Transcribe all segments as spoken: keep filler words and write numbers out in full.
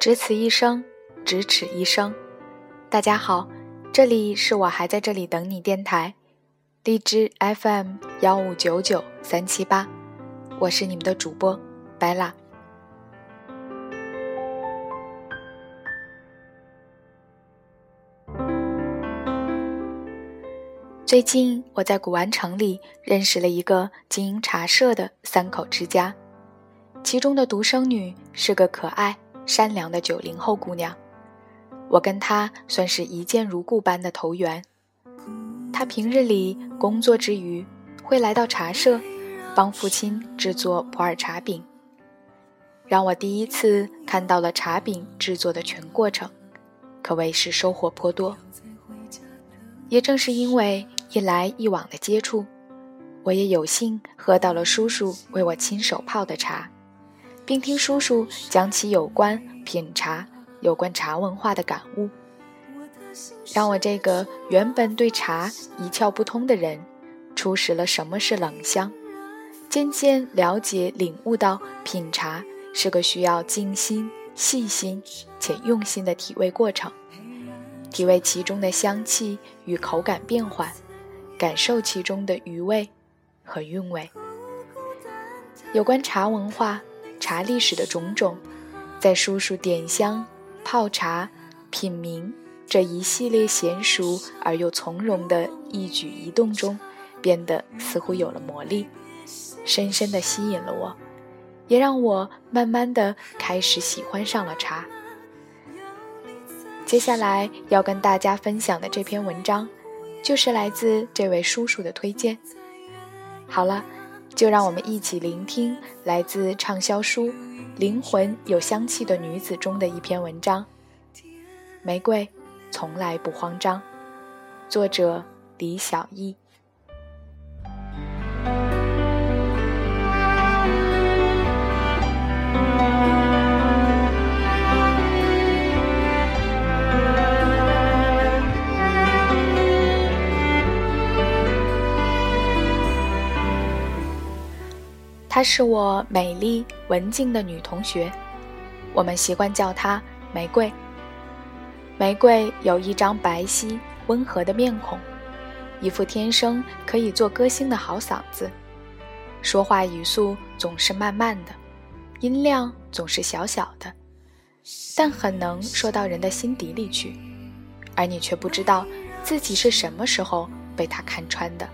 只此一生，咫尺一生。大家好，这里是我还在这里等你电台，荔枝 F M 一五九九三七八，我是你们的主播白蜡。最近我在古玩城里认识了一个经营茶社的三口之家，其中的独生女是个可爱善良的九零后姑娘，我跟她算是一见如故般的投缘。她平日里工作之余会来到茶社帮父亲制作普洱茶饼，让我第一次看到了茶饼制作的全过程，可谓是收获颇多。也正是因为一来一往的接触，我也有幸喝到了叔叔为我亲手泡的茶，并听叔叔讲起有关品茶、有关茶文化的感悟，让我这个原本对茶一窍不通的人初识了什么是冷香，渐渐了解领悟到品茶是个需要静心、细心且用心的体味过程，体味其中的香气与口感变换，感受其中的余味和韵味。有关茶文化、茶历史的种种，在叔叔点香、泡茶、品茗这一系列娴熟而又从容的一举一动中，变得似乎有了魔力，深深地吸引了我，也让我慢慢地开始喜欢上了茶。接下来要跟大家分享的这篇文章，就是来自这位叔叔的推荐。好了，就让我们一起聆听来自畅销书《灵魂有香气的女子》中的一篇文章，玫瑰从来不慌张，作者李小艺。她是我美丽文静的女同学，我们习惯叫她玫瑰。玫瑰有一张白皙温和的面孔，一副天生可以做歌星的好嗓子，说话语速总是慢慢的，音量总是小小的，但很能说到人的心底里去，而你却不知道自己是什么时候被她看穿的。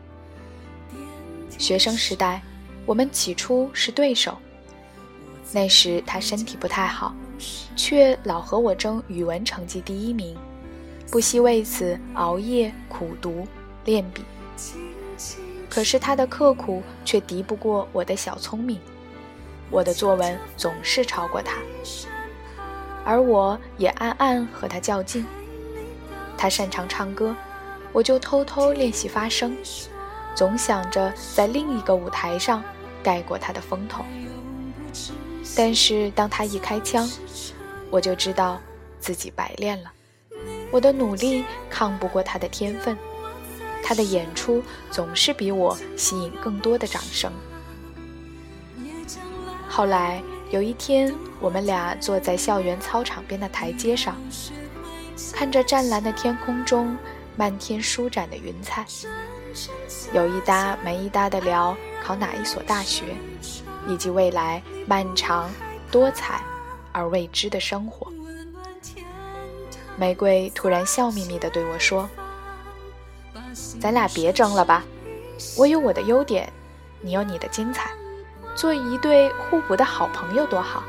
学生时代我们起初是对手，那时他身体不太好，却老和我争语文成绩第一名，不惜为此熬夜苦读练笔。可是他的刻苦却敌不过我的小聪明，我的作文总是超过他，而我也暗暗和他较劲。他擅长唱歌，我就偷偷练习发声，总想着在另一个舞台上盖过他的风头。但是当他一开枪，我就知道自己白练了，我的努力抗不过他的天分，他的演出总是比我吸引更多的掌声。后来有一天，我们俩坐在校园操场边的台阶上，看着湛蓝的天空中漫天舒展的云彩，有一搭没一搭地聊考哪一所大学，以及未来漫长多彩而未知的生活。玫瑰突然笑眯眯地对我说，咱俩别争了吧，我有我的优点，你有你的精彩，做一对互补的好朋友多好。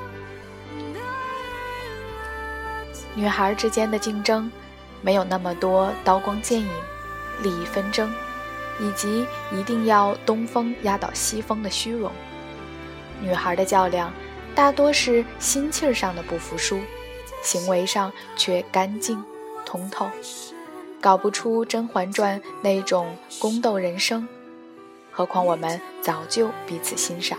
女孩之间的竞争没有那么多刀光剑影、利益纷争，以及一定要东风压倒西风的虚荣。女孩的较量大多是心气儿上的不服输，行为上却干净通透，搞不出《甄嬛传》那种宫斗人生，何况我们早就彼此欣赏。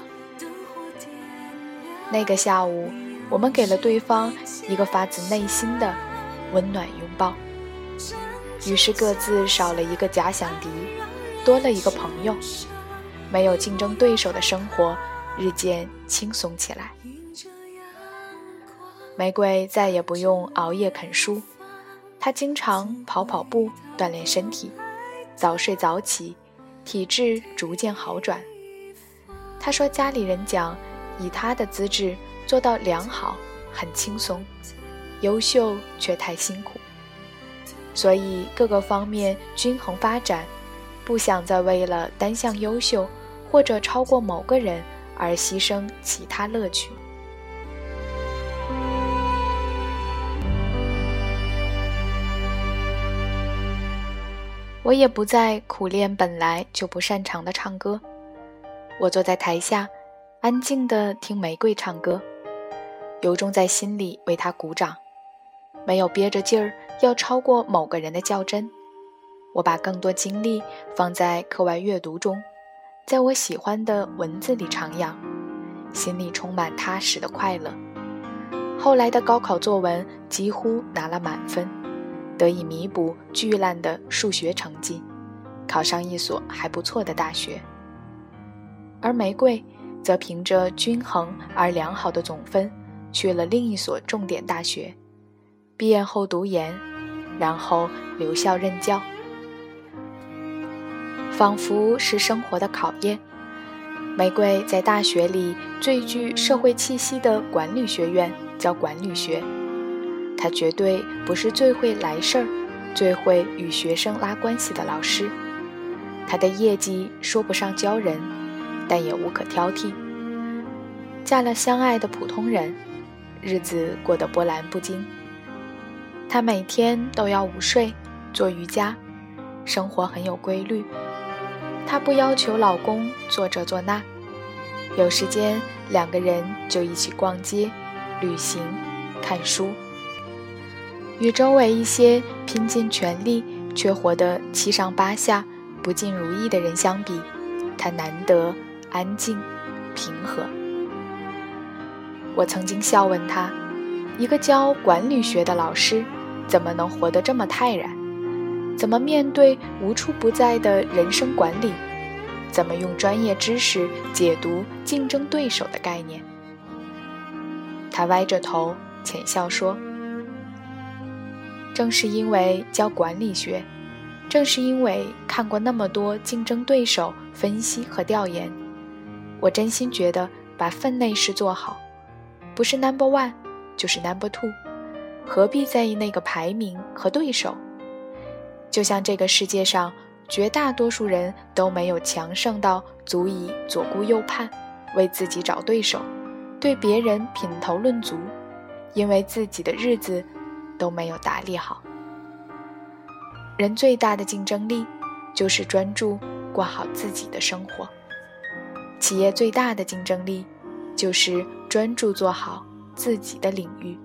那个下午，我们给了对方一个发自内心的温暖拥抱，于是各自少了一个假想敌，多了一个朋友，没有竞争对手的生活日渐轻松起来。 玫瑰再也不用熬夜啃书，她经常跑跑步锻炼身体，早睡早起，体质逐渐好转。她说家里人讲，以她的资质做到良好很轻松，优秀却太辛苦，所以各个方面均衡发展，不想再为了单项优秀或者超过某个人而牺牲其他乐趣。我也不再苦练本来就不擅长的唱歌，我坐在台下，安静地听玫瑰唱歌，由衷在心里为她鼓掌，没有憋着劲儿要超过某个人的较真。我把更多精力放在课外阅读中，在我喜欢的文字里徜徉，心里充满踏实的快乐。后来的高考作文几乎拿了满分，得以弥补巨烂的数学成绩，考上一所还不错的大学。而玫瑰则凭着均衡而良好的总分去了另一所重点大学，毕业后读研，然后留校任教。仿佛是生活的考验，玫瑰在大学里最具社会气息的管理学院教管理学，她绝对不是最会来事儿、最会与学生拉关系的老师。她的业绩说不上骄人，但也无可挑剔。嫁了相爱的普通人，日子过得波澜不惊。她每天都要午睡、做瑜伽，生活很有规律。她不要求老公做这做那，有时间两个人就一起逛街、旅行、看书。与周围一些拼尽全力却活得七上八下、不尽如意的人相比，她难得安静平和。我曾经笑问她，一个教管理学的老师怎么能活得这么泰然？怎么面对无处不在的人生管理？怎么用专业知识解读竞争对手的概念？他歪着头浅笑说，正是因为教管理学，正是因为看过那么多竞争对手分析和调研，我真心觉得把分内事做好，不是 number one 就是 number two， 何必在意那个排名和对手？就像这个世界上绝大多数人都没有强盛到足以左顾右盼，为自己找对手，对别人品头论足，因为自己的日子都没有打理好。人最大的竞争力就是专注过好自己的生活，企业最大的竞争力就是专注做好自己的领域。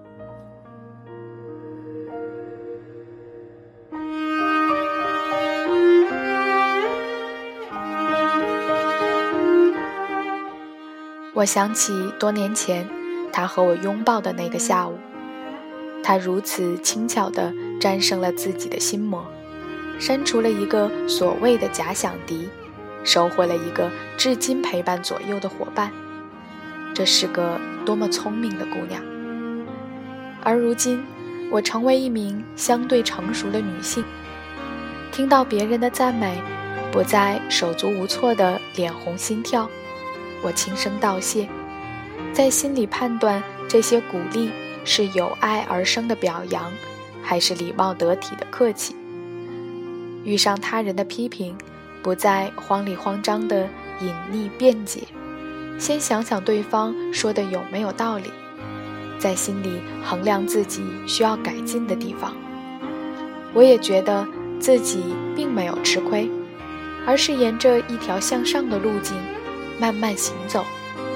我想起多年前他和我拥抱的那个下午，他如此轻巧地战胜了自己的心魔，删除了一个所谓的假想敌，收获了一个至今陪伴左右的伙伴。这是个多么聪明的姑娘。而如今我成为一名相对成熟的女性，听到别人的赞美，不再手足无措的脸红心跳，我轻声道谢，在心里判断这些鼓励是有爱而生的表扬，还是礼貌得体的客气。遇上他人的批评，不再慌里慌张的隐匿辩解，先想想对方说的有没有道理，在心里衡量自己需要改进的地方。我也觉得自己并没有吃亏，而是沿着一条向上的路径慢慢行走。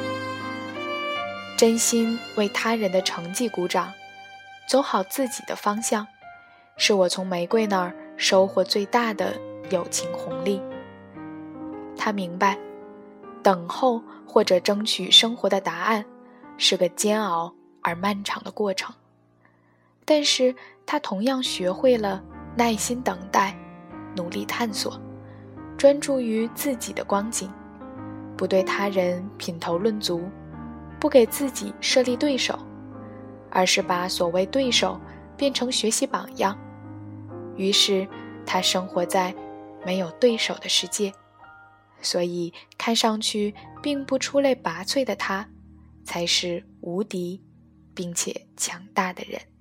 真心为他人的成绩鼓掌，走好自己的方向，是我从玫瑰那儿收获最大的友情红利。他明白，等候或者争取生活的答案是个煎熬而漫长的过程，但是他同样学会了耐心等待，努力探索，专注于自己的光景，不对他人品头论足，不给自己设立对手， 而是把所谓对手变成学习榜样。于是他生活在没有对手的世界，所以看上去并不出类拔萃的他，才是无敌并且强大的人。